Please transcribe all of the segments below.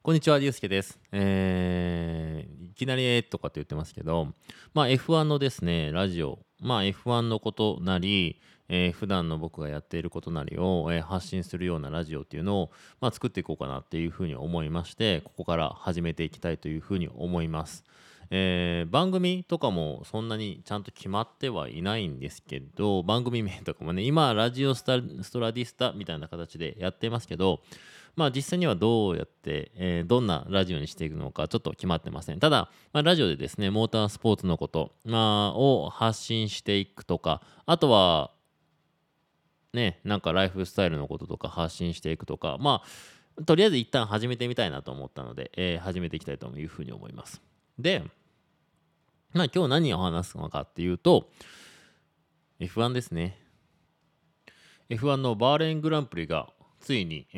こんにちは、りゅうすけです。いきなりとかって言ってますけど、F1 のですね、ラジオ、F1 のことなり、普段の僕がやっていることなりを、発信するようなラジオっていうのを、作っていこうかなっていうふうに思いまして、ここから始めていきたいというふうに思います。番組とかもそんなにちゃんと決まってはいないんですけど、番組名とかもね、今、ラジオストラディスタみたいな形でやってますけど、実際にはどうやって、どんなラジオにしていくのかちょっと決まってません。ただ、ラジオでですね、モータースポーツのこと、を発信していくとか、あとはね、なんかライフスタイルのこととか発信していくとか、とりあえず一旦始めてみたいなと思ったので、始めていきたいというふうに思います。で、今日何を話すのかっていうと、F1 ですね。F1 のバーレーングランプリがついに、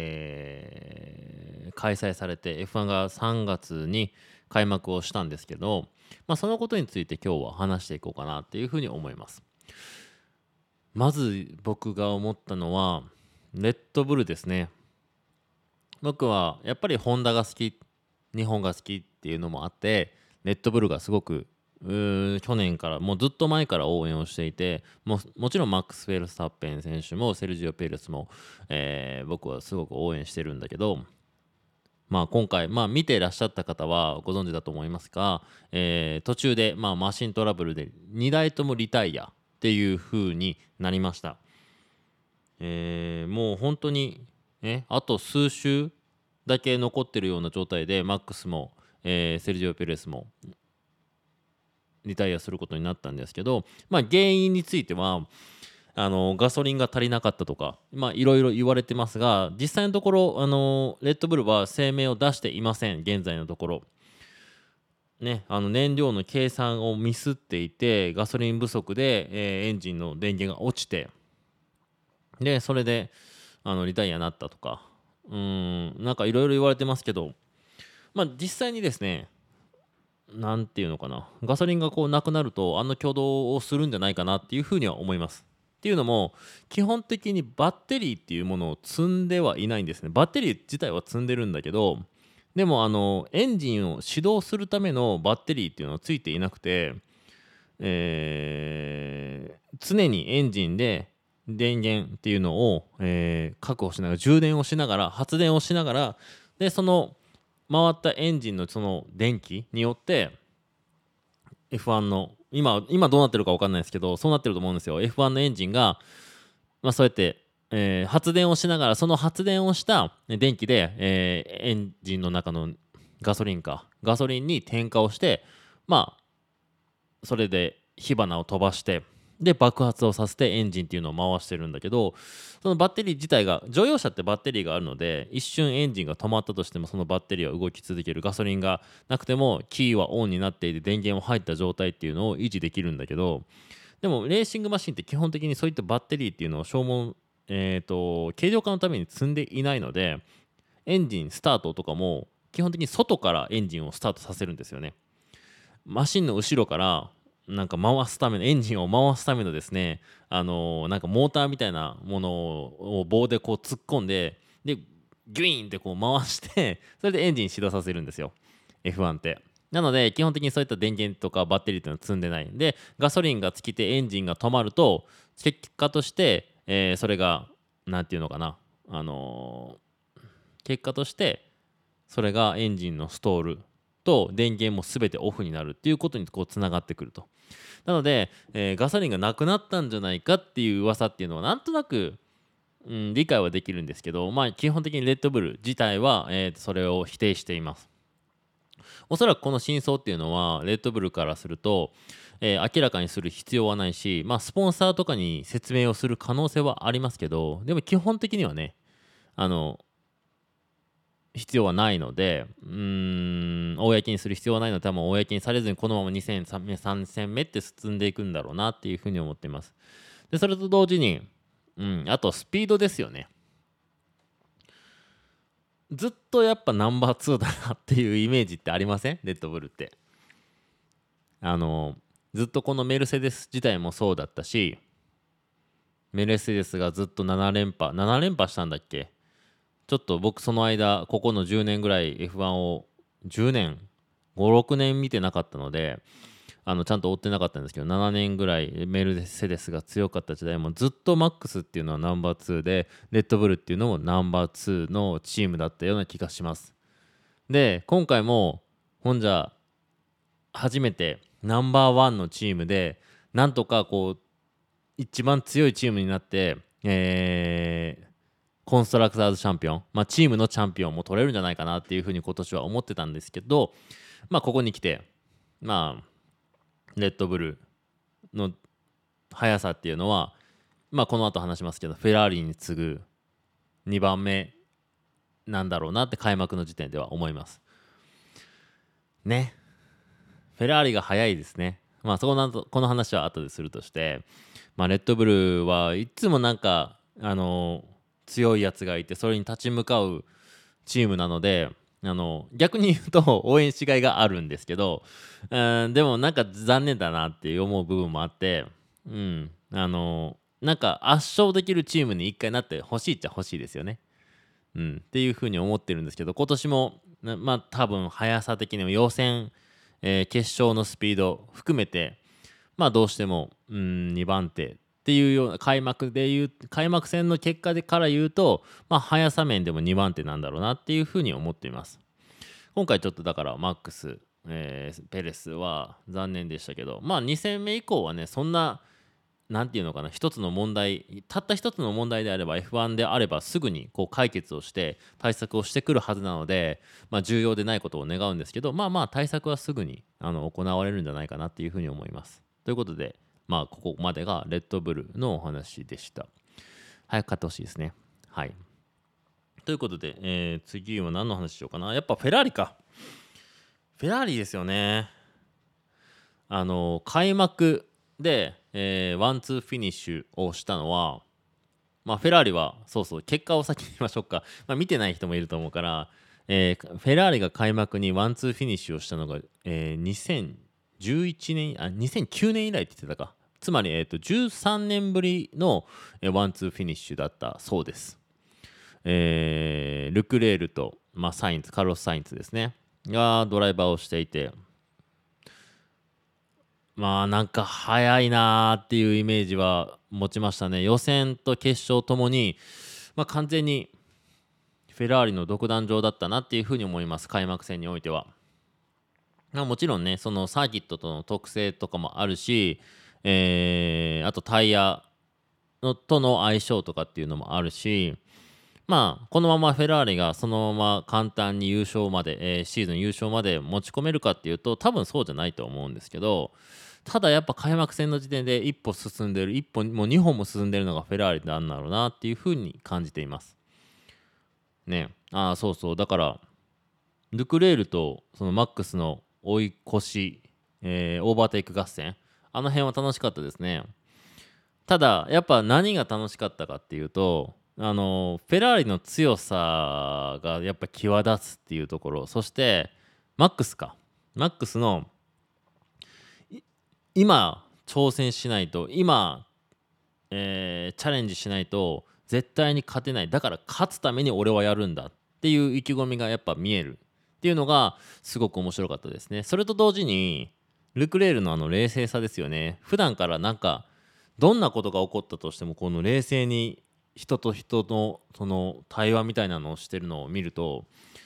開催されて F1 が3月に開幕をしたんですけど、そのことについて今日は話していこうかなっていうふうに思います。まず僕が思ったのはレッドブルですね。僕はやっぱりホンダが好き、日本が好きっていうのもあって、レッドブルがすごく去年からもうずっと前から応援をしていて、もちろんマックス・フェルスタッペン選手もセルジオ・ペレスも、僕はすごく応援してるんだけど、今回、見ていらっしゃった方はご存知だと思いますが、途中で、マシントラブルで2台ともリタイアっていう風になりました。もう本当に、あと数週だけ残ってるような状態でマックスも、セルジオ・ペレスもリタイアすることになったんですけど、原因についてはガソリンが足りなかったとかいろいろ言われてますが、実際のところレッドブルは声明を出していません、現在のところ。ね、燃料の計算をミスっていてガソリン不足で、エンジンの電源が落ちて、でそれでリタイアになったとか、なんかいろいろ言われてますけど、実際にですね、なんていうのかな、ガソリンがこうなくなると挙動をするんじゃないかなっていうふうには思います。っていうのも、基本的にバッテリーっていうものを積んではいないんですね。バッテリー自体は積んでるんだけど、でもエンジンを始動するためのバッテリーっていうのはついていなくて、常にエンジンで電源っていうのを、確保しながら充電をしながら発電をしながら、でその回ったエンジンのその電気によって F1 の今どうなってるか分かんないですけど、そうなってると思うんですよ。 F1 のエンジンが、そうやって、発電をしながら、その発電をした電気で、エンジンの中のガソリンに点火をして、それで火花を飛ばして、で爆発をさせてエンジンっていうのを回してるんだけど、そのバッテリー自体が、乗用車ってバッテリーがあるので、一瞬エンジンが止まったとしてもそのバッテリーは動き続ける、ガソリンがなくてもキーはオンになっていて電源を入った状態っていうのを維持できるんだけど、でもレーシングマシンって基本的にそういったバッテリーっていうのを消耗、軽量化のために積んでいないので、エンジンスタートとかも基本的に外からエンジンをスタートさせるんですよね。マシンの後ろからなんか回すための、エンジンを回すためのですね、なんかモーターみたいなものを棒でこう突っ込んで、でギュイーンってこう回してそれでエンジン始動させるんですよ、 F1 って。なので基本的にそういった電源とかバッテリーっていうのは積んでないんで、ガソリンが尽きてエンジンが止まると、結果として、それがなんていうのかな、結果としてそれがエンジンのストールと電源も全てオフになるっていうことにこうつながってくると。なので、ガソリンがなくなったんじゃないかっていう噂っていうのはなんとなく、理解はできるんですけど、基本的にレッドブル自体は、それを否定しています。おそらくこの真相っていうのはレッドブルからすると、明らかにする必要はないし、スポンサーとかに説明をする可能性はありますけど、でも基本的にはね、あの必要はないので、公にする必要はないので、多分公にされずにこのまま2戦3戦目って進んでいくんだろうなっていうふうに思っています。でそれと同時に、あとスピードですよね。ずっとやっぱナンバー2だなっていうイメージってありません？レッドブルって。あのずっとこのメルセデス自体もそうだったし、メルセデスがずっと7連覇したんだっけ、 ちょっと僕その間ここの10年ぐらい F1 を10年56年見てなかったのでちゃんと追ってなかったんですけど、7年ぐらいメルセデスが強かった時代もずっとマックスっていうのはナンバー2で、レッドブルっていうのもナンバー2のチームだったような気がします。で今回もほんじゃ初めてナンバーワンのチームでなんとかこう一番強いチームになって、コンストラクターズチャンピオン、チームのチャンピオンも取れるんじゃないかなっていうふうに今年は思ってたんですけど、ここに来てレッドブルの速さっていうのは、この後話しますけどフェラーリに次ぐ2番目なんだろうなって開幕の時点では思いますね。フェラーリが速いですね。この話は後でするとして、レッドブルはいつもなんか強いやつがいてそれに立ち向かうチームなので、逆に言うと応援しがいがあるんですけど、でもなんか残念だなって思う部分もあって、なんか圧勝できるチームに一回なってほしいっちゃ欲しいですよね。っていうふうに思ってるんですけど、今年も多分速さ的にも予選、決勝のスピード含めてどうしても2番手っていうような開幕戦の結果から言うと、速さ面でも2番手なんだろうなっていうふうに思っています。今回ちょっとだからマックス、ペレスは残念でしたけど、2戦目以降はねそんななんていうのかな、たった一つの問題であれば F1 であればすぐにこう解決をして対策をしてくるはずなので、重要でないことを願うんですけど、対策はすぐに行われるんじゃないかなっていうふうに思います。ということでここまでがレッドブルのお話でした。早く買ってほしいですね。はい。ということで、次は何の話しようかな。やっぱフェラーリか。フェラーリですよね。開幕で、ワンツーフィニッシュをしたのは、フェラーリはそう結果を先に言いましょうか。見てない人もいると思うから、フェラーリが開幕にワンツーフィニッシュをしたのが、2011年2009年以来って言ってたか。つまり、13年ぶりの、ワンツーフィニッシュだったそうです。ルクレールと、カルロス・サインツですねがドライバーをしていて、なんか早いなーっていうイメージは持ちましたね。予選と決勝ともに、完全にフェラーリの独壇場だったなっていうふうに思います。開幕戦においては。もちろんねそのサーキットとの特性とかもあるし、あとタイヤとの相性とかっていうのもあるし、このままフェラーリがそのまま簡単に優勝まで、シーズン優勝まで持ち込めるかっていうと多分そうじゃないと思うんですけど、ただやっぱ開幕戦の時点で一歩進んでる、一歩もう2本も進んでるのがフェラーリなんだろうなっていうふうに感じていますね。そうだからルクレールとそのマックスの追い越し、オーバーテイク合戦、あの辺は楽しかったですね。ただやっぱ何が楽しかったかっていうとフェラーリの強さがやっぱ際立つっていうところ、そしてマックスの今挑戦しないと今、チャレンジしないと絶対に勝てない、だから勝つために俺はやるんだっていう意気込みがやっぱ見えるっていうのがすごく面白かったですね。それと同時にルクレールの冷静さですよね。普段からなんかどんなことが起こったとしてもこの冷静に人と人のその対話みたいなのをしてるのを見ると、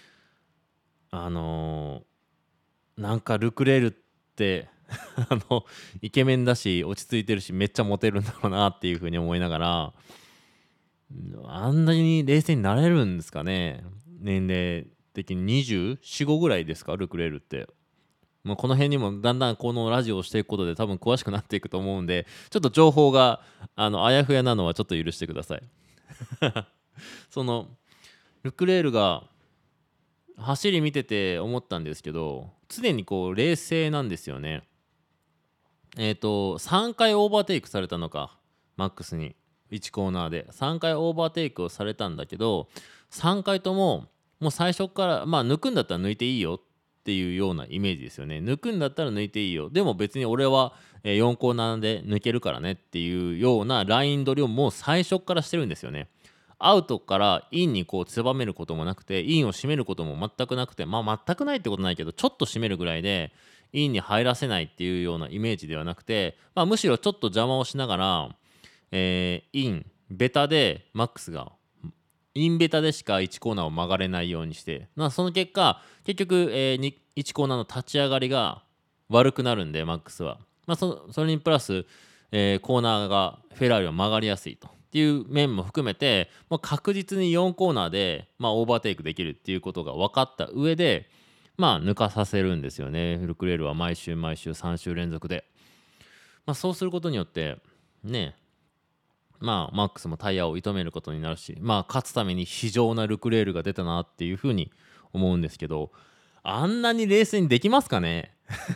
なんかルクレールってイケメンだし落ち着いてるしめっちゃモテるんだろうなっていう風に思いながら、あんなに冷静になれるんですかね。年齢的に24、5ぐらいですかルクレールって。もうこの辺にもだんだんこのラジオをしていくことで多分詳しくなっていくと思うんで、ちょっと情報があやふやなのはちょっと許してください。そのルクレールが走り見てて思ったんですけど、常にこう冷静なんですよね。3回オーバーテイクされたのか、マックスに1コーナーで3回オーバーテイクをされたんだけど、3回とももう最初から抜くんだったら抜いていいよっていうようなイメージですよね。抜くんだったら抜いていいよ、でも別に俺は4コーナーで抜けるからねっていうようなライン取りをもう最初からしてるんですよね。 アウトからインにこう狭めることもなくて、インを締めることも全くなくて、まあ全くないってことないけど、ちょっと締めるぐらいでインに入らせないっていうようなイメージではなくて、まあ、むしろちょっと邪魔をしながら、インベタでマックスがインベタでしか1コーナーを曲がれないようにして、その結果結局、1コーナーの立ち上がりが悪くなるんでマックスは、それにプラス、コーナーがフェラーリは曲がりやすいとっていう面も含めて、確実に4コーナーで、オーバーテイクできるっていうことが分かった上で、抜かさせるんですよね、ルクレールは毎週毎週3週連続で。そうすることによってね、マックスもタイヤを射止めることになるし、勝つために非常なルクレールが出たなっていうふうに思うんですけど、あんなに冷静にできますかね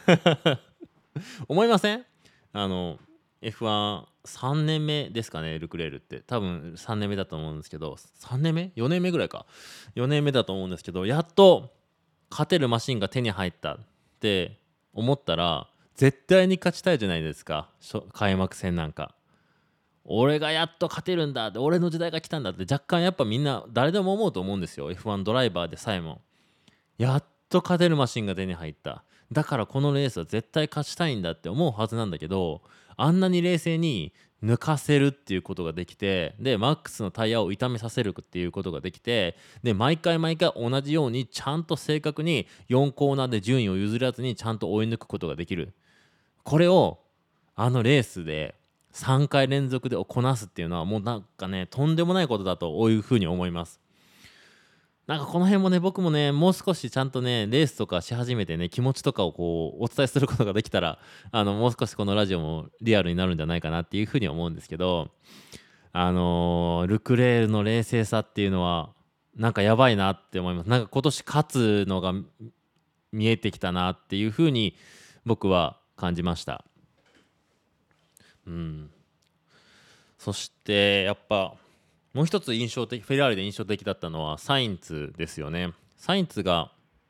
思いません？F13 年目ですかね、ルクレールって多分3年目だと思うんですけど、3年目 ?4 年目ぐらいか、4年目だと思うんですけど、やっと勝てるマシンが手に入ったって思ったら、絶対に勝ちたいじゃないですか、開幕戦なんか。俺がやっと勝てるんだって、俺の時代が来たんだって、若干やっぱみんな誰でも思うと思うんですよ、 F1 ドライバーでさえも。やっと勝てるマシンが手に入った、だからこのレースは絶対勝ちたいんだって思うはずなんだけど、あんなに冷静に抜かせるっていうことができて、でマックスのタイヤを傷めさせるっていうことができて、で毎回毎回同じようにちゃんと正確に4コーナーで順位を譲らずにちゃんと追い抜くことができる。これをあのレースで3回連続でこなすっていうのは、もうなんかね、とんでもないことだというふうに思います。なんかこの辺もね、僕もね、もう少しちゃんとね、レースとかし始めてね、気持ちとかをこうお伝えすることができたら、もう少しこのラジオもリアルになるんじゃないかなっていうふうに思うんですけど、ルクレールの冷静さっていうのはなんかやばいなって思います。なんか今年勝つのが見えてきたなっていうふうに僕は感じました。うん。そしてやっぱもう一つ印象的、フェラーリで印象的だったのはサインツですよね。サインツが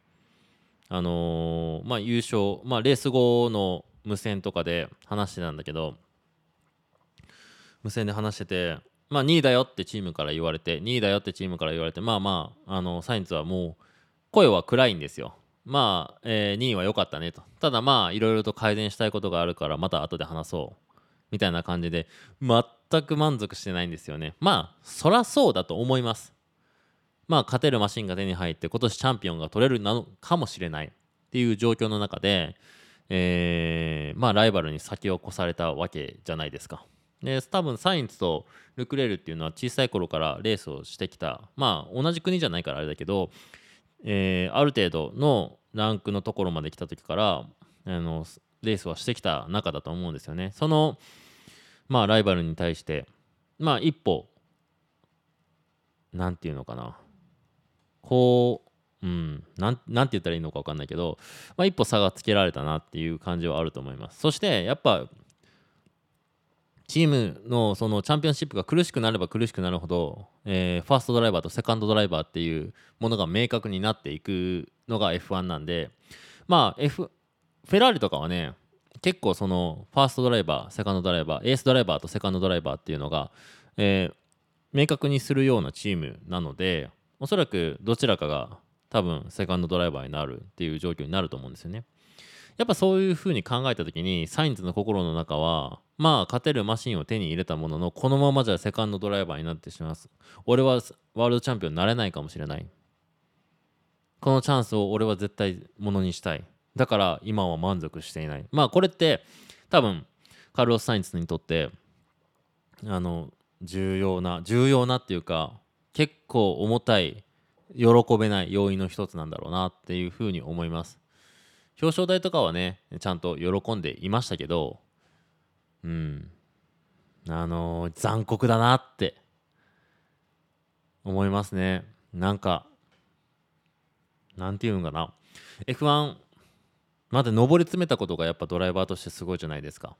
優勝、レース後の無線とかで話してたんだけど、無線で話してて、2位だよってチームから言われて、2位だよってチームから言われて、サインツはもう声は暗いんですよ。2位は良かったねと。ただいろいろと改善したいことがあるからまた後で話そうみたいな感じで、全く満足してないんですよね。そらそうだと思います。勝てるマシンが手に入って今年チャンピオンが取れるのかもしれないっていう状況の中で、ライバルに先を越されたわけじゃないですか。で多分サインツとルクレールっていうのは小さい頃からレースをしてきた、同じ国じゃないからあれだけど、ある程度のランクのところまで来た時からレースはしてきた中だと思うんですよね。そのライバルに対して一歩なんていうのかな、こう、なんて言ったらいいのか分かんないけど、一歩差がつけられたなっていう感じはあると思います。そしてやっぱチームのそのチャンピオンシップが苦しくなれば苦しくなるほど、ファーストドライバーとセカンドドライバーっていうものが明確になっていくのが F1 なんで、フェラーリとかはね、結構そのファーストドライバー、セカンドドライバー、エースドライバーとセカンドドライバーっていうのが、明確にするようなチームなので、おそらくどちらかが多分セカンドドライバーになるっていう状況になると思うんですよね。やっぱそういう風に考えた時にサインズの心の中は、勝てるマシンを手に入れたものの、このままじゃセカンドドライバーになってしまう、俺はワールドチャンピオンになれないかもしれない、このチャンスを俺は絶対ものにしたい、だから今は満足していない。これって多分カルロス・サインズにとって重要なっていうか、結構重たい、喜べない要因の一つなんだろうなっていうふうに思います。表彰台とかはねちゃんと喜んでいましたけど、残酷だなって思いますね。なんかなんていうんかな、 F1 まで上り詰めたことがやっぱドライバーとしてすごいじゃないですか。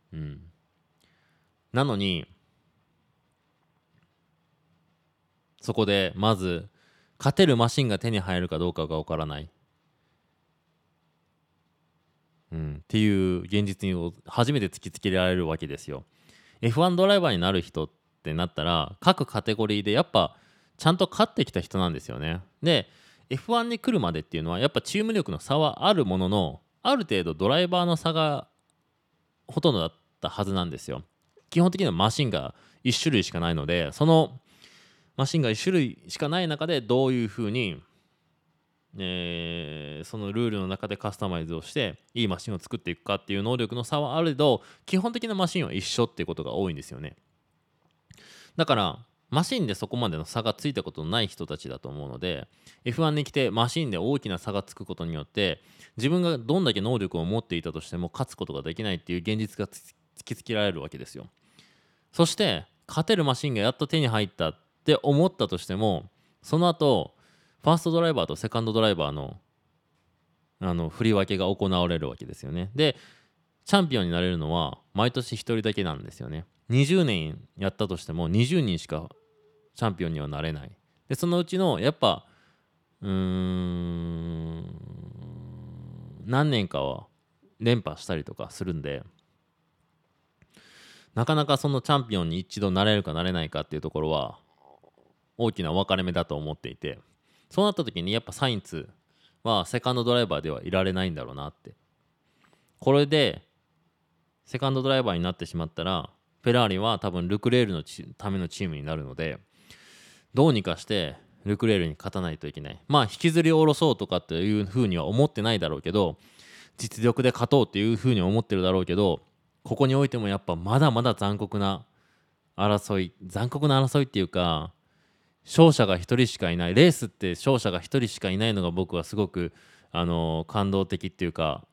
なのにそこでまず勝てるマシンが手に入るかどうかがわからない、っていう現実に初めて突きつけられるわけですよ。F1 ドライバーになる人っってなったら各カテゴリーでやっぱちゃんと勝ってきた人なんですよね。で F1 に来るまでっていうのはやっぱチーム力の差はあるものの、ある程度ドライバーの差がほとんどだったはずなんですよ。基本的にはマシンが1種類しかないので、そのマシンが1種類しかない中でどういうふうに、そのルールの中でカスタマイズをしていいマシンを作っていくかっていう能力の差はあるけど、基本的なマシンは一緒っていうことが多いんですよね。だからマシンでそこまでの差がついたことのない人たちだと思うので、 F1 に来てマシンで大きな差がつくことによって自分がどんだけ能力を持っていたとしても勝つことができないっていう現実が突きつけられるわけですよ。そして勝てるマシンがやっと手に入ったって思ったとしても、その後ファーストドライバーとセカンドドライバーの振り分けが行われるわけですよね。でチャンピオンになれるのは毎年1人だけなんですよね。20年やったとしても20人しかチャンピオンにはなれない。でそのうちのやっぱ何年かは連覇したりとかするんで、なかなかそのチャンピオンに一度なれるかなれないかっていうところは大きな分かれ目だと思っていて、そうなった時にやっぱサインツはセカンドドライバーではいられないんだろうなって。これでセカンドドライバーになってしまったらフェラーリは多分ルクレールのためのチームになるので、どうにかしてルクレールに勝たないといけない。まあ引きずり下ろそうとかっていうふうには思ってないだろうけど、実力で勝とうっていうふうに思ってるだろうけど、ここにおいてもやっぱまだまだ残酷な争いっていうか、勝者が1人しかいない、レースって勝者が1人しかいないのが僕はすごく感動的っていうか、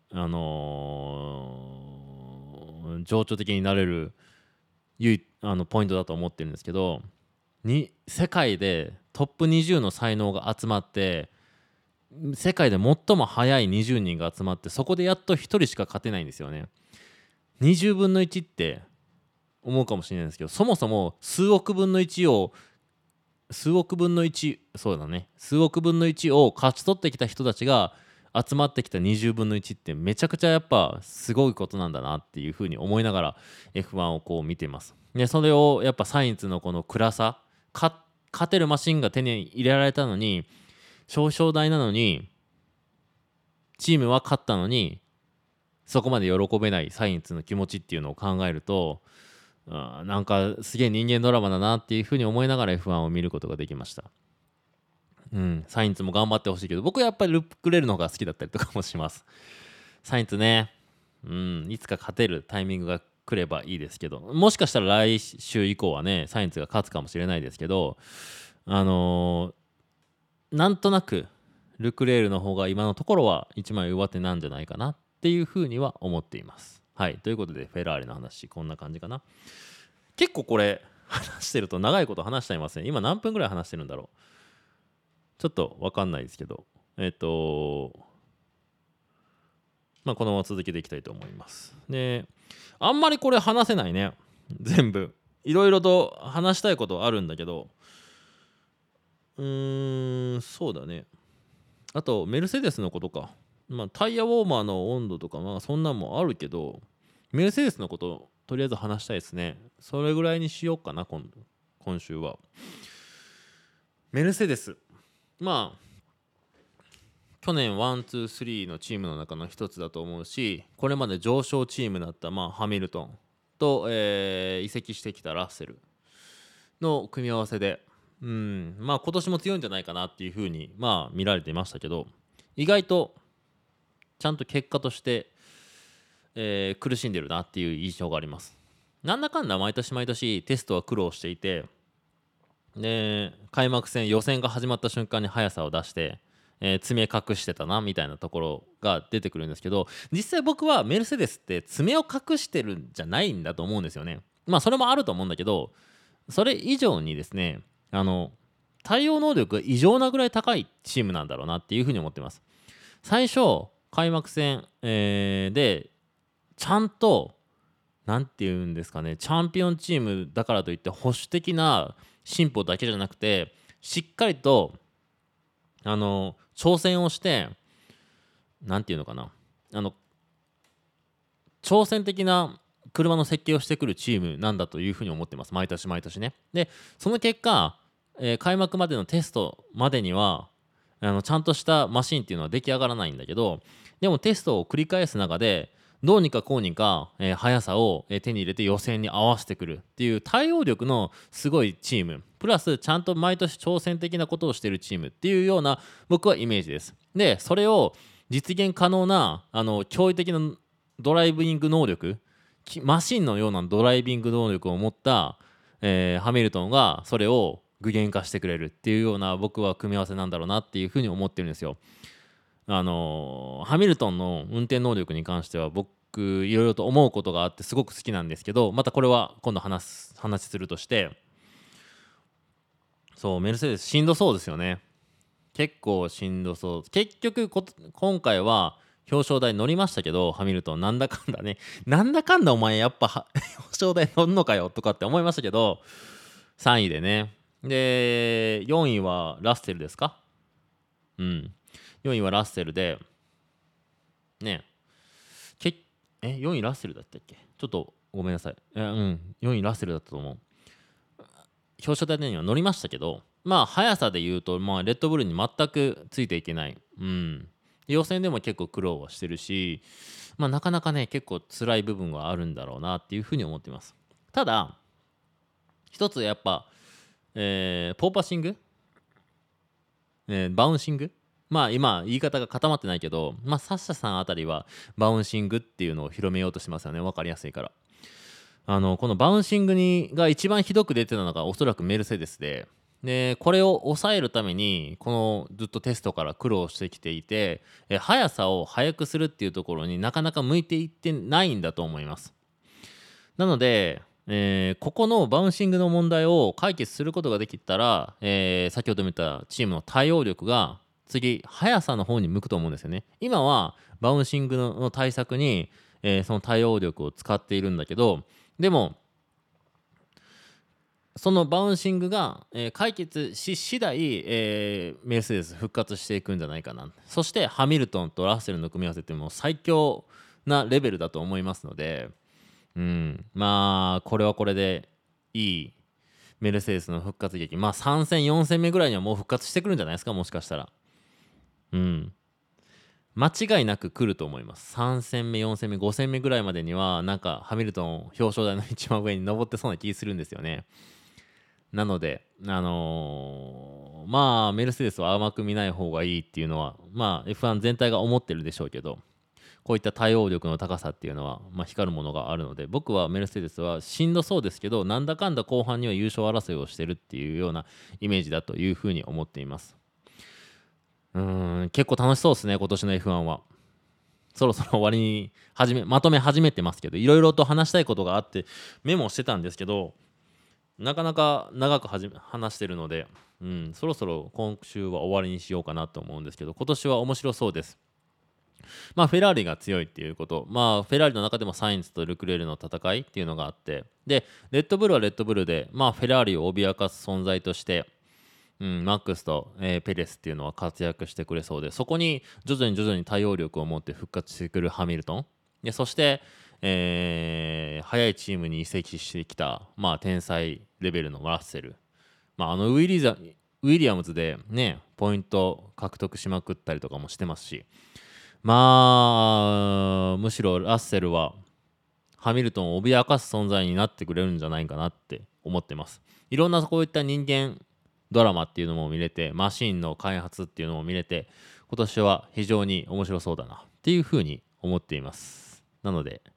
情緒的になれるポイントだと思ってるんですけど、世界でトップ20の才能が集まって、世界で最も速い20人が集まって、そこでやっと1人しか勝てないんですよね。20分の1って思うかもしれないんですけど、そもそも数億分の1を数億分の1を勝ち取ってきた人たちが集まってきた20分の1ってめちゃくちゃやっぱすごいことなんだなっていうふうに思いながら F1 をこう見ています。でそれをやっぱサインツのこの暗さ、勝てるマシンが手に入れられたのに、表彰台なのに、チームは勝ったのにそこまで喜べないサインツの気持ちっていうのを考えると、なんかすげえ人間ドラマだなっていうふうに思いながら F1 を見ることができました。サインツも頑張ってほしいけど、僕はやっぱりルクレールの方が好きだったりとかもします。サインツね、いつか勝てるタイミングが来ればいいですけど、もしかしたら来週以降はねサインツが勝つかもしれないですけど、なんとなくルクレールの方が今のところは一枚上手なんじゃないかなっていうふうには思っています。はい、ということでフェラーリの話こんな感じかな。結構これ話してると長いこと話しちゃいますね。今何分ぐらい話してるんだろう、ちょっと分かんないですけど、まあこのまま続けていきたいと思います。であんまりこれ話せないね、全部いろいろと話したいことあるんだけど、そうだね、あとメルセデスのことか。まあタイヤウォーマーの温度とかまあそんなんもあるけど、メルセデスのこととりあえず話したいですね。それぐらいにしようかな今週は。メルセデス、まあ去年ワンツースリーのチームの中の一つだと思うし、これまで上昇チームだった、ハミルトンと、移籍してきたラッセルの組み合わせで、今年も強いんじゃないかなっていうふうに見られていましたけど、意外とちゃんと結果として、苦しんでるなっていう印象があります。なんだかんだ毎年毎年テストは苦労していて、で開幕戦予選が始まった瞬間に速さを出して、爪隠してたなみたいなところが出てくるんですけど、実際僕はメルセデスって爪を隠してるんじゃないんだと思うんですよね。それもあると思うんだけど、それ以上にですね、対応能力が異常なぐらい高いチームなんだろうなっていうふうに思ってます。最初開幕戦、でちゃんとなんて言うんですかね、チャンピオンチームだからといって保守的な進歩だけじゃなくて、しっかりと挑戦をして、なんていうのかな、挑戦的な車の設計をしてくるチームなんだというふうに思ってます。毎年毎年ね。でその結果、開幕までのテストまでにはちゃんとしたマシンっていうのは出来上がらないんだけど、でもテストを繰り返す中でどうにかこうにか、速さを、手に入れて予選に合わせてくるっていう対応力のすごいチームプラスちゃんと毎年挑戦的なことをしているチームっていうような僕はイメージです。でそれを実現可能な驚異的なドライビング能力、マシンのようなドライビング能力を持った、ハミルトンがそれを具現化してくれるっていうような僕は組み合わせなんだろうなっていうふうに思ってるんですよ。ハミルトンの運転能力に関しては僕いろいろと思うことがあってすごく好きなんですけど、またこれは今度話するとして、そうメルセデスしんどそうですよね。結構しんどそう。結局今回は表彰台乗りましたけど、ハミルトンなんだかんだね、なんだかんだお前やっぱ表彰台乗んのかよとかって思いましたけど、3位でね。で4位はラッセルですか。4位はラッセルでね、4位ラッセルだったっけ、ちょっとごめんなさい。4位ラッセルだったと思う。表彰台には乗りましたけど、まあ速さで言うと、レッドブルに全くついていけない。予選でも結構苦労はしてるし、なかなかね結構辛い部分はあるんだろうなっていうふうに思っています。ただ一つやっぱ、ポーパッシング、バウンシング、今言い方が固まってないけど、サッシャさんあたりはバウンシングっていうのを広めようとしますよね。分かりやすいから。このバウンシングが一番ひどく出てたのがおそらくメルセデスで、これを抑えるためにこのずっとテストから苦労してきていて、速さを速くするっていうところになかなか向いていってないんだと思います。なので、ここのバウンシングの問題を解決することができたら、先ほど見たチームの対応力が次速さの方に向くと思うんですよね。今はバウンシングの対策に、その対応力を使っているんだけど、でもそのバウンシングが、解決し次第、メルセデス復活していくんじゃないかな。そしてハミルトンとラッセルの組み合わせってもう最強なレベルだと思いますので、これはこれでいいメルセデスの復活劇、3戦4戦目ぐらいにはもう復活してくるんじゃないですか、もしかしたら。間違いなく来ると思います。3戦目4戦目5戦目ぐらいまでにはなんかハミルトン表彰台の一番上に登ってそうな気するんですよね。なのでメルセデスは甘く見ない方がいいっていうのはF1 全体が思ってるでしょうけど、こういった対応力の高さっていうのは、光るものがあるので、僕はメルセデスはしんどそうですけどなんだかんだ後半には優勝争いをしてるっていうようなイメージだというふうに思っています。結構楽しそうですね今年の F1 は。そろそろ終わりにまとめ始めてますけど、いろいろと話したいことがあってメモしてたんですけど、なかなか長く話してるので、そろそろ今週は終わりにしようかなと思うんですけど、今年は面白そうです。フェラーリが強いっていうこと、フェラーリの中でもサインズとルクレールの戦いっていうのがあって、でレッドブルはレッドブルで、フェラーリを脅かす存在として、マックスと、ペレスっていうのは活躍してくれそうで、そこに徐々に対応力を持って復活してくるハミルトンで、そして、速いチームに移籍してきた、天才レベルのラッセル、ウィリアムズでねポイント獲得しまくったりとかもしてますし、むしろラッセルはハミルトンを脅かす存在になってくれるんじゃないかなって思ってます。いろんなこういった人間ドラマっていうのも見れて、マシンの開発っていうのも見れて、今年は非常に面白そうだなっていうふうに思っています。なので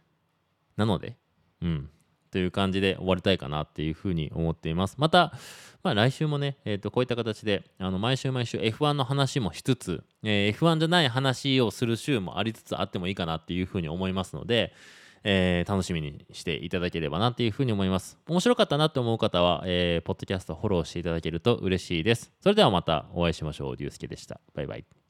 という感じで終わりたいかなっていうふうに思っています。また、来週もね、こういった形で毎週F1 の話もしつつ、F1 じゃない話をする週もありつつあってもいいかなっていうふうに思いますので、楽しみにしていただければなっていうふうに思います。面白かったなと思う方は、ポッドキャストフォローしていただけると嬉しいです。それではまたお会いしましょう。りゅうすけでした。バイバイ。